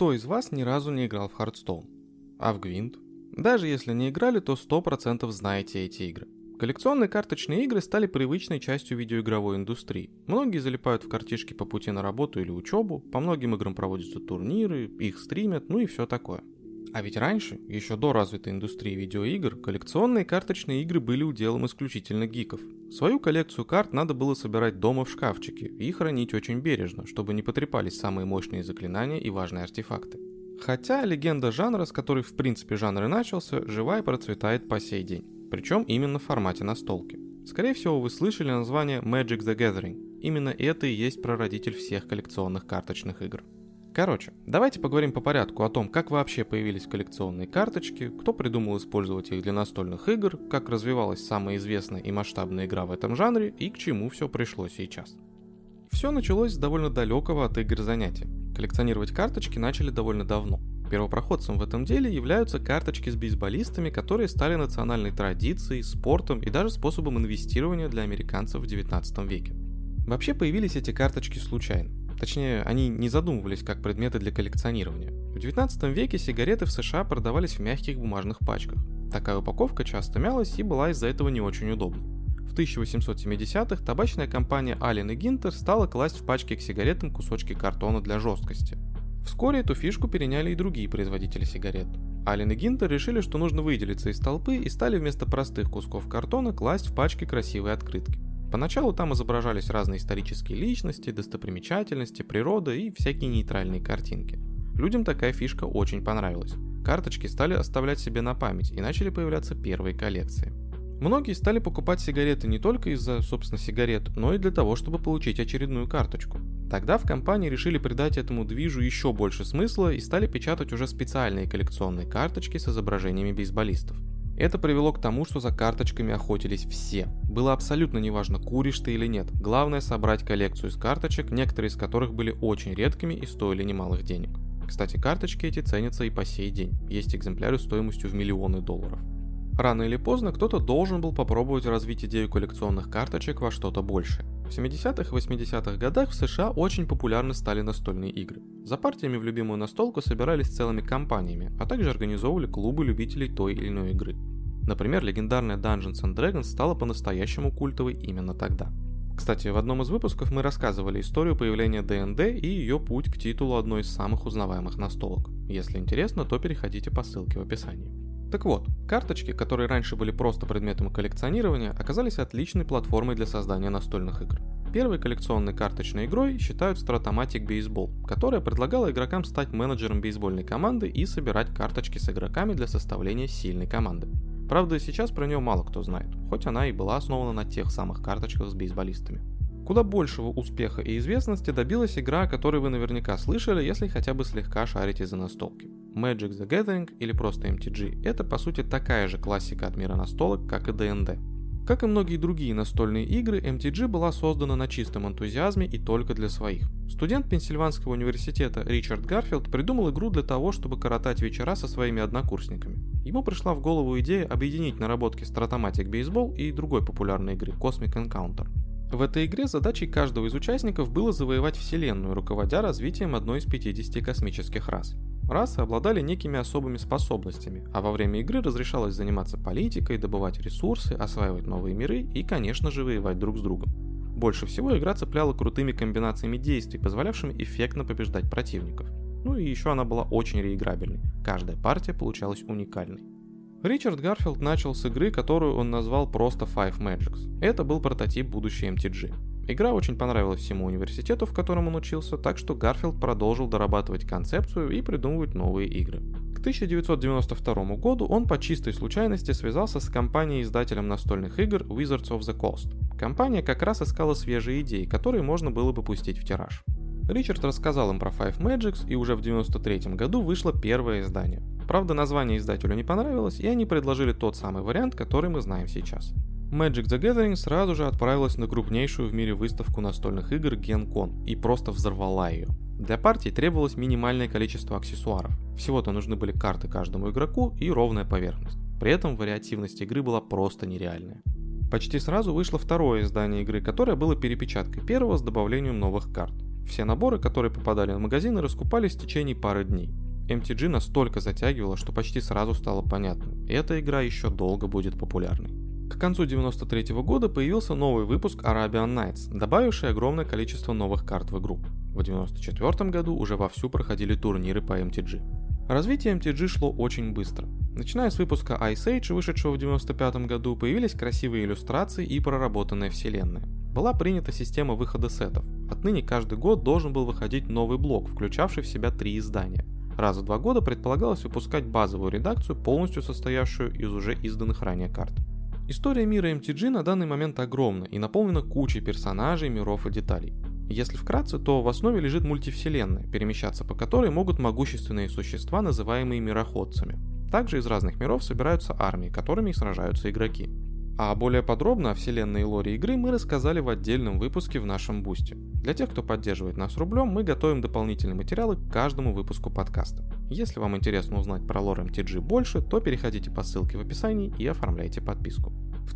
Кто из вас ни разу не играл в Hearthstone? А в Gwent? Даже если не играли, то 100% знаете эти игры. Коллекционные карточные игры стали привычной частью видеоигровой индустрии. Многие залипают в картишки по пути на работу или учебу, по многим играм проводятся турниры, их стримят, ну и все такое. А ведь раньше, еще до развитой индустрии видеоигр, коллекционные карточные игры были уделом исключительно гиков. Свою коллекцию карт надо было собирать дома в шкафчике и хранить очень бережно, чтобы не потрепались самые мощные заклинания и важные артефакты. Хотя легенда жанра, с которой в принципе жанр и начался, жива и процветает по сей день. Причем именно в формате настолки. Скорее всего, вы слышали название Magic the Gathering. Именно это и есть прародитель всех коллекционных карточных игр. Короче, давайте поговорим по порядку о том, как вообще появились коллекционные карточки, кто придумал использовать их для настольных игр, как развивалась самая известная и масштабная игра в этом жанре и к чему все пришло сейчас. Все началось с довольно далекого от игр занятия. Коллекционировать карточки начали довольно давно. Первопроходцем в этом деле являются карточки с бейсболистами, которые стали национальной традицией, спортом и даже способом инвестирования для американцев в 19 веке. Вообще появились эти карточки случайно. Точнее, они не задумывались как предметы для коллекционирования. В 19 веке сигареты в США продавались в мягких бумажных пачках. Такая упаковка часто мялась и была из-за этого не очень удобна. В 1870-х табачная компания Allen & Ginter стала класть в пачки к сигаретам кусочки картона для жесткости. Вскоре эту фишку переняли и другие производители сигарет. Allen & Ginter решили, что нужно выделиться из толпы и стали вместо простых кусков картона класть в пачки красивые открытки. Поначалу там изображались разные исторические личности, достопримечательности, природа и всякие нейтральные картинки. Людям такая фишка очень понравилась. Карточки стали оставлять себе на память и начали появляться первые коллекции. Многие стали покупать сигареты не только из-за, собственно, сигарет, но и для того, чтобы получить очередную карточку. Тогда в компании решили придать этому движу еще больше смысла и стали печатать уже специальные коллекционные карточки с изображениями бейсболистов. Это привело к тому, что за карточками охотились все. Было абсолютно неважно, куришь ты или нет. Главное собрать коллекцию из карточек, некоторые из которых были очень редкими и стоили немалых денег. Кстати, карточки эти ценятся и по сей день. Есть экземпляры стоимостью в миллионы долларов. Рано или поздно кто-то должен был попробовать развить идею коллекционных карточек во что-то большее. В 70-х и 80-х годах в США очень популярны стали настольные игры. За партиями в любимую настолку собирались целыми компаниями, а также организовывали клубы любителей той или иной игры. Например, легендарная Dungeons and Dragons стала по-настоящему культовой именно тогда. Кстати, в одном из выпусков мы рассказывали историю появления D&D и ее путь к титулу одной из самых узнаваемых настолок. Если интересно, то переходите по ссылке в описании. Так вот, карточки, которые раньше были просто предметом коллекционирования, оказались отличной платформой для создания настольных игр. Первой коллекционной карточной игрой считают Strat-O-Matic Baseball, которая предлагала игрокам стать менеджером бейсбольной команды и собирать карточки с игроками для составления сильной команды. Правда, сейчас про нее мало кто знает, хоть она и была основана на тех самых карточках с бейсболистами. Куда большего успеха и известности добилась игра, о которой вы наверняка слышали, если хотя бы слегка шарите за настолки. Magic the Gathering или просто MTG – это по сути такая же классика от мира настолок, как и D&D. Как и многие другие настольные игры, MTG была создана на чистом энтузиазме и только для своих. Студент Пенсильванского университета Ричард Гарфилд придумал игру для того, чтобы коротать вечера со своими однокурсниками. Ему пришла в голову идея объединить наработки Strat-O-Matic Baseball и другой популярной игры Cosmic Encounter. В этой игре задачей каждого из участников было завоевать Вселенную, руководя развитием одной из 50 космических рас. Расы обладали некими особыми способностями, а во время игры разрешалось заниматься политикой, добывать ресурсы, осваивать новые миры и, конечно же, воевать друг с другом. Больше всего игра цепляла крутыми комбинациями действий, позволявшими эффектно побеждать противников. Ну и еще она была очень реиграбельной, каждая партия получалась уникальной. Ричард Гарфилд начал с игры, которую он назвал просто Five Magics. Это был прототип будущей MTG. Игра очень понравилась всему университету, в котором он учился, так что Гарфилд продолжил дорабатывать концепцию и придумывать новые игры. К 1992 году он по чистой случайности связался с компанией-издателем настольных игр Wizards of the Coast. Компания как раз искала свежие идеи, которые можно было бы пустить в тираж. Ричард рассказал им про Five Magics, и уже в 1993 году вышло первое издание. Правда, название издателю не понравилось, и они предложили тот самый вариант, который мы знаем сейчас. Magic the Gathering сразу же отправилась на крупнейшую в мире выставку настольных игр Gen-Con и просто взорвала ее. Для партий требовалось минимальное количество аксессуаров. Всего-то нужны были карты каждому игроку и ровная поверхность. При этом вариативность игры была просто нереальная. Почти сразу вышло второе издание игры, которое было перепечаткой первого с добавлением новых карт. Все наборы, которые попадали в магазины, раскупались в течение пары дней. MTG настолько затягивало, что почти сразу стало понятным, эта игра еще долго будет популярной. К концу 1993 года появился новый выпуск Arabian Nights, добавивший огромное количество новых карт в игру. В 1994 году уже вовсю проходили турниры по MTG. Развитие MTG шло очень быстро. Начиная с выпуска Ice Age, вышедшего в 1995 году, появились красивые иллюстрации и проработанная вселенная. Была принята система выхода сетов. Отныне каждый год должен был выходить новый блок, включавший в себя 3 издания. Раз в 2 года предполагалось выпускать базовую редакцию, полностью состоявшую из уже изданных ранее карт. История мира MTG на данный момент огромна и наполнена кучей персонажей, миров и деталей. Если вкратце, то в основе лежит мультивселенная, перемещаться по которой могут могущественные существа, называемые мироходцами. Также из разных миров собираются армии, которыми и сражаются игроки. А более подробно о вселенной и лоре игры мы рассказали в отдельном выпуске в нашем бусте. Для тех, кто поддерживает нас рублем, мы готовим дополнительные материалы к каждому выпуску подкаста. Если вам интересно узнать про лор MTG больше, то переходите по ссылке в описании и оформляйте подписку. В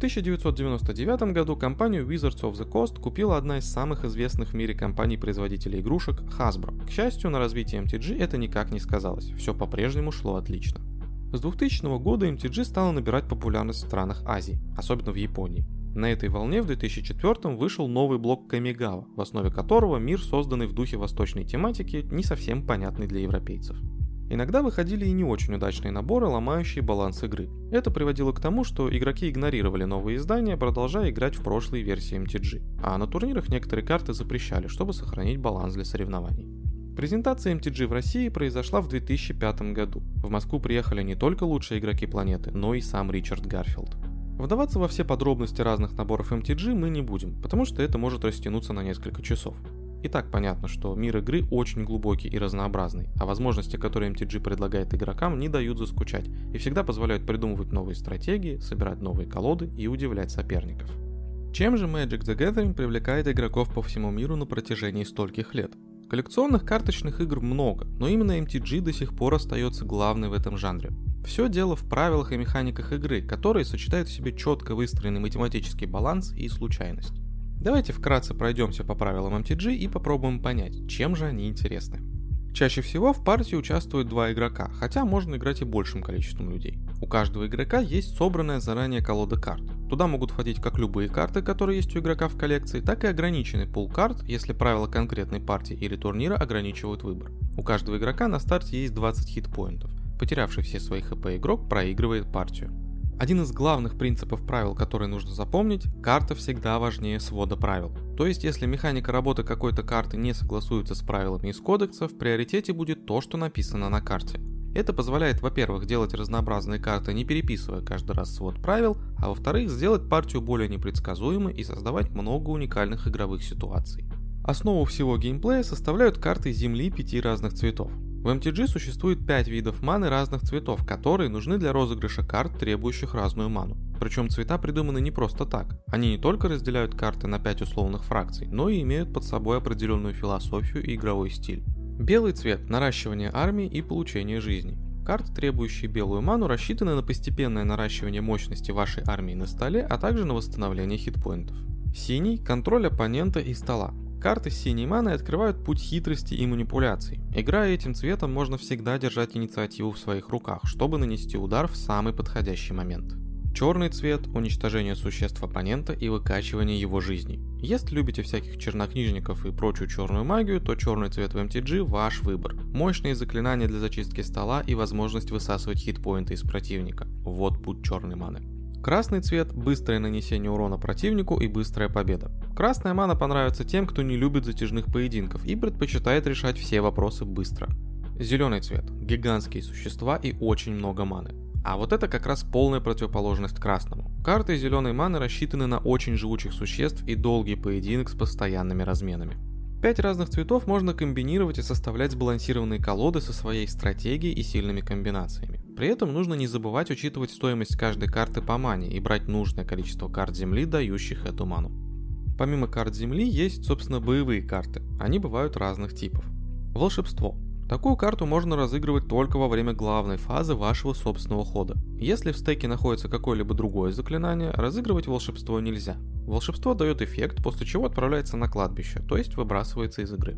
1999 году компанию Wizards of the Coast купила одна из самых известных в мире компаний-производителей игрушек Hasbro. К счастью, на развитии MTG это никак не сказалось, все по-прежнему шло отлично. С 2000 года MTG стала набирать популярность в странах Азии, особенно в Японии. На этой волне в 2004 вышел новый блок Камигава, в основе которого мир, созданный в духе восточной тематики, не совсем понятный для европейцев. Иногда выходили и не очень удачные наборы, ломающие баланс игры. Это приводило к тому, что игроки игнорировали новые издания, продолжая играть в прошлые версии MTG, а на турнирах некоторые карты запрещали, чтобы сохранить баланс для соревнований. Презентация MTG в России произошла в 2005 году. В Москву приехали не только лучшие игроки планеты, но и сам Ричард Гарфилд. Вдаваться во все подробности разных наборов MTG мы не будем, потому что это может растянуться на несколько часов. И так понятно, что мир игры очень глубокий и разнообразный, а возможности, которые MTG предлагает игрокам, не дают заскучать и всегда позволяют придумывать новые стратегии, собирать новые колоды и удивлять соперников. Чем же Magic the Gathering привлекает игроков по всему миру на протяжении стольких лет? Коллекционных карточных игр много, но именно MTG до сих пор остается главной в этом жанре. Все дело в правилах и механиках игры, которые сочетают в себе четко выстроенный математический баланс и случайность. Давайте вкратце пройдемся по правилам MTG и попробуем понять, чем же они интересны. Чаще всего в партии участвуют 2 игрока, хотя можно играть и большим количеством людей. У каждого игрока есть собранная заранее колода карт. Туда могут входить как любые карты, которые есть у игрока в коллекции, так и ограниченный пул карт, если правила конкретной партии или турнира ограничивают выбор. У каждого игрока на старте есть 20 хитпоинтов. Потерявший все свои хп игрок проигрывает партию. Один из главных принципов правил, который нужно запомнить – карта всегда важнее свода правил. То есть, если механика работы какой-то карты не согласуется с правилами из кодекса, в приоритете будет то, что написано на карте. Это позволяет, во-первых, делать разнообразные карты, не переписывая каждый раз свод правил, а во-вторых, сделать партию более непредсказуемой и создавать много уникальных игровых ситуаций. Основу всего геймплея составляют карты Земли 5 разных цветов. В MTG существует 5 видов маны разных цветов, которые нужны для розыгрыша карт, требующих разную ману. Причем цвета придуманы не просто так. Они не только разделяют карты на 5 условных фракций, но и имеют под собой определенную философию и игровой стиль. Белый цвет – наращивание армии и получение жизни. Карты, требующие белую ману, рассчитаны на постепенное наращивание мощности вашей армии на столе, а также на восстановление хитпоинтов. Синий – контроль оппонента и стола. Карты с синей маной открывают путь хитрости и манипуляций. Играя этим цветом, можно всегда держать инициативу в своих руках, чтобы нанести удар в самый подходящий момент. Черный цвет – уничтожение существ оппонента и выкачивание его жизни. Если любите всяких чернокнижников и прочую черную магию, то черный цвет в MTG – ваш выбор. Мощные заклинания для зачистки стола и возможность высасывать хитпоинты из противника. Вот путь черной маны. Красный цвет – быстрое нанесение урона противнику и быстрая победа. Красная мана понравится тем, кто не любит затяжных поединков и предпочитает решать все вопросы быстро. Зеленый цвет – гигантские существа и очень много маны. А вот это как раз полная противоположность красному. Карты зеленой маны рассчитаны на очень живучих существ и долгий поединок с постоянными разменами. 5 разных цветов можно комбинировать и составлять сбалансированные колоды со своей стратегией и сильными комбинациями. При этом нужно не забывать учитывать стоимость каждой карты по мане и брать нужное количество карт земли, дающих эту ману. Помимо карт земли есть, собственно, боевые карты. Они бывают разных типов. Волшебство. Такую карту можно разыгрывать только во время главной фазы вашего собственного хода. Если в стеке находится какое-либо другое заклинание, разыгрывать волшебство нельзя. Волшебство дает эффект, после чего отправляется на кладбище, то есть выбрасывается из игры.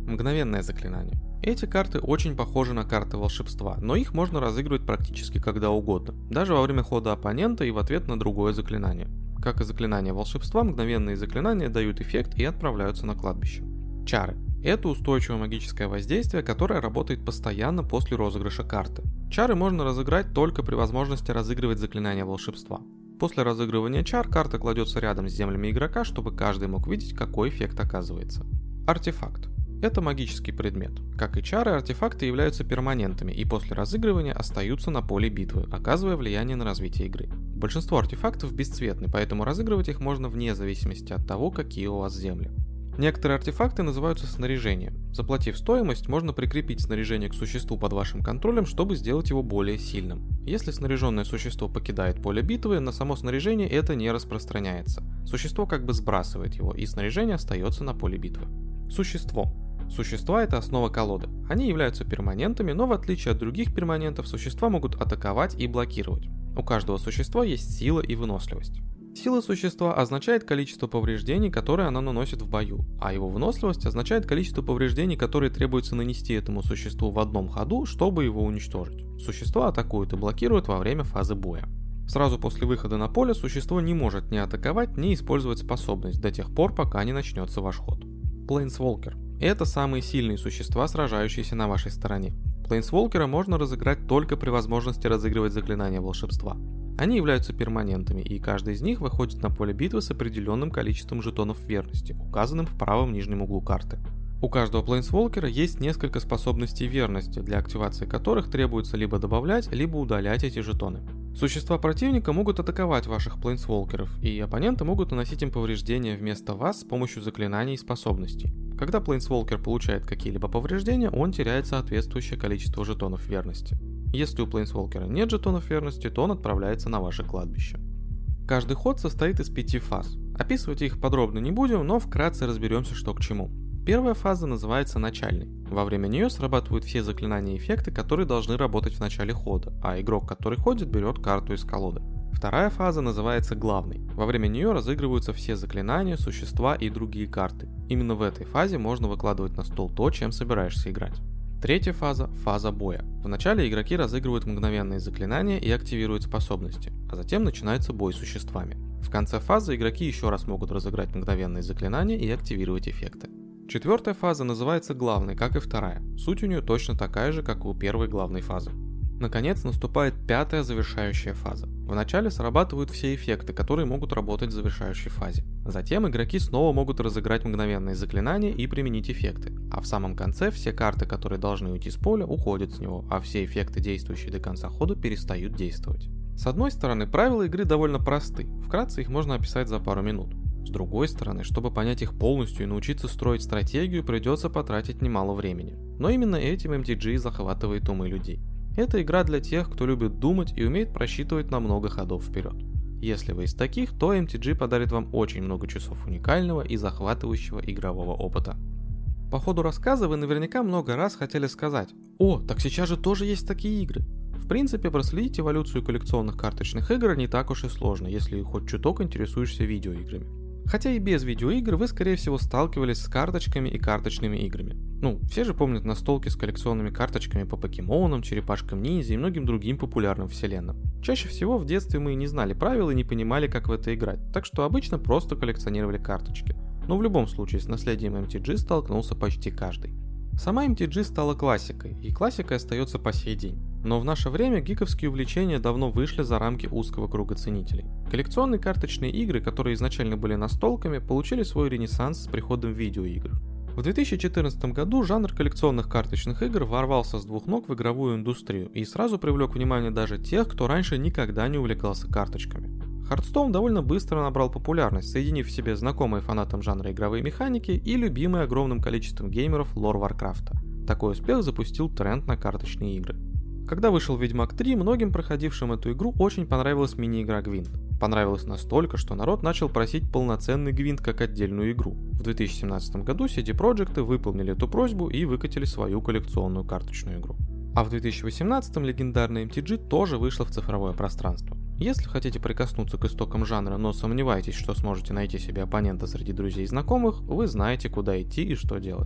Мгновенное заклинание. Эти карты очень похожи на карты волшебства, но их можно разыгрывать практически когда угодно, даже во время хода оппонента и в ответ на другое заклинание. Как и заклинания волшебства, мгновенные заклинания дают эффект и отправляются на кладбище. Чары. Это устойчивое магическое воздействие, которое работает постоянно после розыгрыша карты. Чары можно разыграть только при возможности разыгрывать заклинания волшебства. После разыгрывания чар карта кладется рядом с землями игрока, чтобы каждый мог видеть, какой эффект оказывается. Артефакт. Это магический предмет. Как и чары, артефакты являются перманентами и после разыгрывания остаются на поле битвы, оказывая влияние на развитие игры. Большинство артефактов бесцветны, поэтому разыгрывать их можно вне зависимости от того, какие у вас земли. Некоторые артефакты называются снаряжением. Заплатив стоимость, можно прикрепить снаряжение к существу под вашим контролем, чтобы сделать его более сильным. Если снаряженное существо покидает поле битвы, на само снаряжение это не распространяется. Существо как бы сбрасывает его, и снаряжение остается на поле битвы. Существо. Существа — это основа колоды. Они являются перманентами, но в отличие от других перманентов, существа могут атаковать и блокировать. У каждого существа есть сила и выносливость. Сила существа означает количество повреждений, которые оно наносит в бою, а его выносливость означает количество повреждений, которые требуется нанести этому существу в одном ходу, чтобы его уничтожить. Существа атакуют и блокируют во время фазы боя. Сразу после выхода на поле существо не может ни атаковать, ни использовать способность до тех пор, пока не начнется ваш ход. Плейнсволкер. Это самые сильные существа, сражающиеся на вашей стороне. Плейнсволкера можно разыграть только при возможности разыгрывать заклинания волшебства. Они являются перманентами, и каждый из них выходит на поле битвы с определенным количеством жетонов верности, указанным в правом нижнем углу карты. У каждого плейнсволкера есть несколько способностей верности, для активации которых требуется либо добавлять, либо удалять эти жетоны. Существа противника могут атаковать ваших плейнсволкеров, и оппоненты могут наносить им повреждения вместо вас с помощью заклинаний и способностей. Когда плейнсволкер получает какие-либо повреждения, он теряет соответствующее количество жетонов верности. Если у плейнсволкера нет жетонов верности, то он отправляется на ваше кладбище. Каждый ход состоит из 5 фаз. Описывать их подробно не будем, но вкратце разберемся, что к чему. Первая фаза называется начальной. Во время нее срабатывают все заклинания и эффекты, которые должны работать в начале хода, а игрок, который ходит, берет карту из колоды. Вторая фаза называется главной. Во время нее разыгрываются все заклинания, существа и другие карты. Именно в этой фазе можно выкладывать на стол то, чем собираешься играть. Третья фаза – фаза боя. Вначале игроки разыгрывают мгновенные заклинания и активируют способности, а затем начинается бой с существами. В конце фазы игроки еще раз могут разыграть мгновенные заклинания и активировать эффекты. Четвертая фаза называется главной, как и вторая. Суть у нее точно такая же, как и у первой главной фазы. Наконец наступает пятая завершающая фаза. Вначале срабатывают все эффекты, которые могут работать в завершающей фазе. Затем игроки снова могут разыграть мгновенные заклинания и применить эффекты. А в самом конце все карты, которые должны уйти с поля, уходят с него, а все эффекты, действующие до конца хода, перестают действовать. С одной стороны, правила игры довольно просты, вкратце их можно описать за пару минут. С другой стороны, чтобы понять их полностью и научиться строить стратегию, придется потратить немало времени. Но именно этим MTG захватывает умы людей. Это игра для тех, кто любит думать и умеет просчитывать на много ходов вперед. Если вы из таких, то MTG подарит вам очень много часов уникального и захватывающего игрового опыта. По ходу рассказа вы наверняка много раз хотели сказать: «О, так сейчас же тоже есть такие игры». В принципе, проследить эволюцию коллекционных карточных игр не так уж и сложно, если хоть чуток интересуешься видеоиграми. Хотя и без видеоигр вы, скорее всего, сталкивались с карточками и карточными играми. Все же помнят настолки с коллекционными карточками по покемонам, черепашкам ниндзя и многим другим популярным вселенным. Чаще всего в детстве мы не знали правил и не понимали, как в это играть, так что обычно просто коллекционировали карточки. Но в любом случае с наследием MTG столкнулся почти каждый. Сама MTG стала классикой, и классикой остается по сей день. Но в наше время гиковские увлечения давно вышли за рамки узкого круга ценителей. Коллекционные карточные игры, которые изначально были настолками, получили свой ренессанс с приходом видеоигр. В 2014 году жанр коллекционных карточных игр ворвался с двух ног в игровую индустрию и сразу привлек внимание даже тех, кто раньше никогда не увлекался карточками. Hearthstone довольно быстро набрал популярность, соединив в себе знакомые фанатам жанра игровые механики и любимый огромным количеством геймеров лор Варкрафта. Такой успех запустил тренд на карточные игры. Когда вышел Ведьмак 3, многим проходившим эту игру очень понравилась мини-игра Гвинт. Понравилось настолько, что народ начал просить полноценный Гвинт как отдельную игру. В 2017 году CD Projekt выполнили эту просьбу и выкатили свою коллекционную карточную игру. А в 2018 легендарная MTG тоже вышла в цифровое пространство. Если хотите прикоснуться к истокам жанра, но сомневаетесь, что сможете найти себе оппонента среди друзей и знакомых, вы знаете, куда идти и что делать.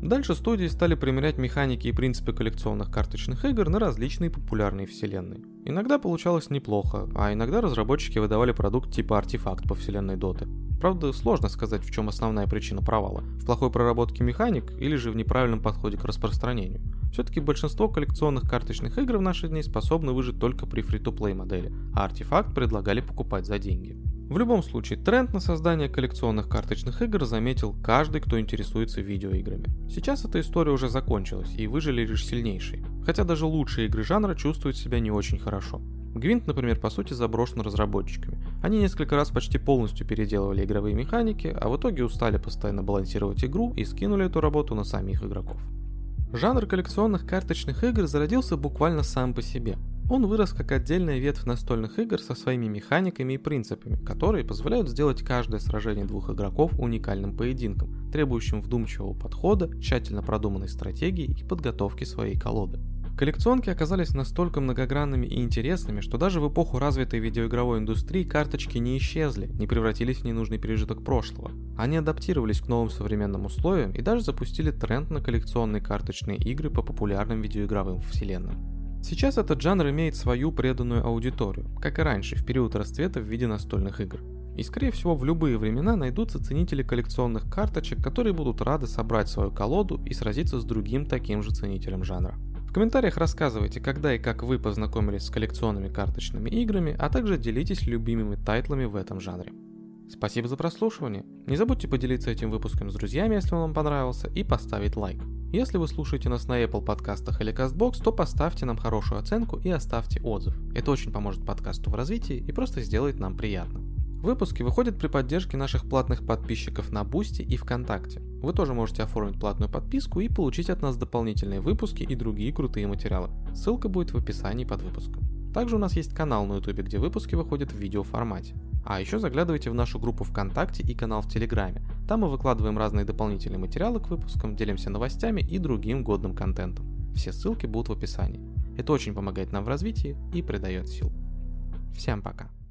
Дальше студии стали примерять механики и принципы коллекционных карточных игр на различные популярные вселенные. Иногда получалось неплохо, а иногда разработчики выдавали продукт типа артефакт по вселенной Доты. Правда, сложно сказать, в чем основная причина провала. В плохой проработке механик или же в неправильном подходе к распространению. Все-таки большинство коллекционных карточных игр в наши дни способны выжить только при фри-то-плей модели, а артефакт предлагали покупать за деньги. В любом случае, тренд на создание коллекционных карточных игр заметил каждый, кто интересуется видеоиграми. Сейчас эта история уже закончилась, и выжили лишь сильнейшие. Хотя даже лучшие игры жанра чувствуют себя не очень хорошо. Гвинт, например, по сути заброшен разработчиками. Они несколько раз почти полностью переделывали игровые механики, а в итоге устали постоянно балансировать игру и скинули эту работу на самих игроков. Жанр коллекционных карточных игр зародился буквально сам по себе. Он вырос как отдельная ветвь настольных игр со своими механиками и принципами, которые позволяют сделать каждое сражение двух игроков уникальным поединком, требующим вдумчивого подхода, тщательно продуманной стратегии и подготовки своей колоды. Коллекционки оказались настолько многогранными и интересными, что даже в эпоху развитой видеоигровой индустрии карточки не исчезли, не превратились в ненужный пережиток прошлого. Они адаптировались к новым современным условиям и даже запустили тренд на коллекционные карточные игры по популярным видеоигровым вселенным. Сейчас этот жанр имеет свою преданную аудиторию, как и раньше, в период расцвета в виде настольных игр. И скорее всего в любые времена найдутся ценители коллекционных карточек, которые будут рады собрать свою колоду и сразиться с другим таким же ценителем жанра. В комментариях рассказывайте, когда и как вы познакомились с коллекционными карточными играми, а также делитесь любимыми тайтлами в этом жанре. Спасибо за прослушивание. Не забудьте поделиться этим выпуском с друзьями, если он вам понравился, и поставить лайк. Если вы слушаете нас на Apple подкастах или CastBox, то поставьте нам хорошую оценку и оставьте отзыв. Это очень поможет подкасту в развитии и просто сделает нам приятно. Выпуски выходят при поддержке наших платных подписчиков на Boosty и ВКонтакте. Вы тоже можете оформить платную подписку и получить от нас дополнительные выпуски и другие крутые материалы. Ссылка будет в описании под выпуском. Также у нас есть канал на YouTube, где выпуски выходят в видеоформате. А еще заглядывайте в нашу группу ВКонтакте и канал в Телеграме. Там мы выкладываем разные дополнительные материалы к выпускам, делимся новостями и другим годным контентом. Все ссылки будут в описании. Это очень помогает нам в развитии и придает сил. Всем пока!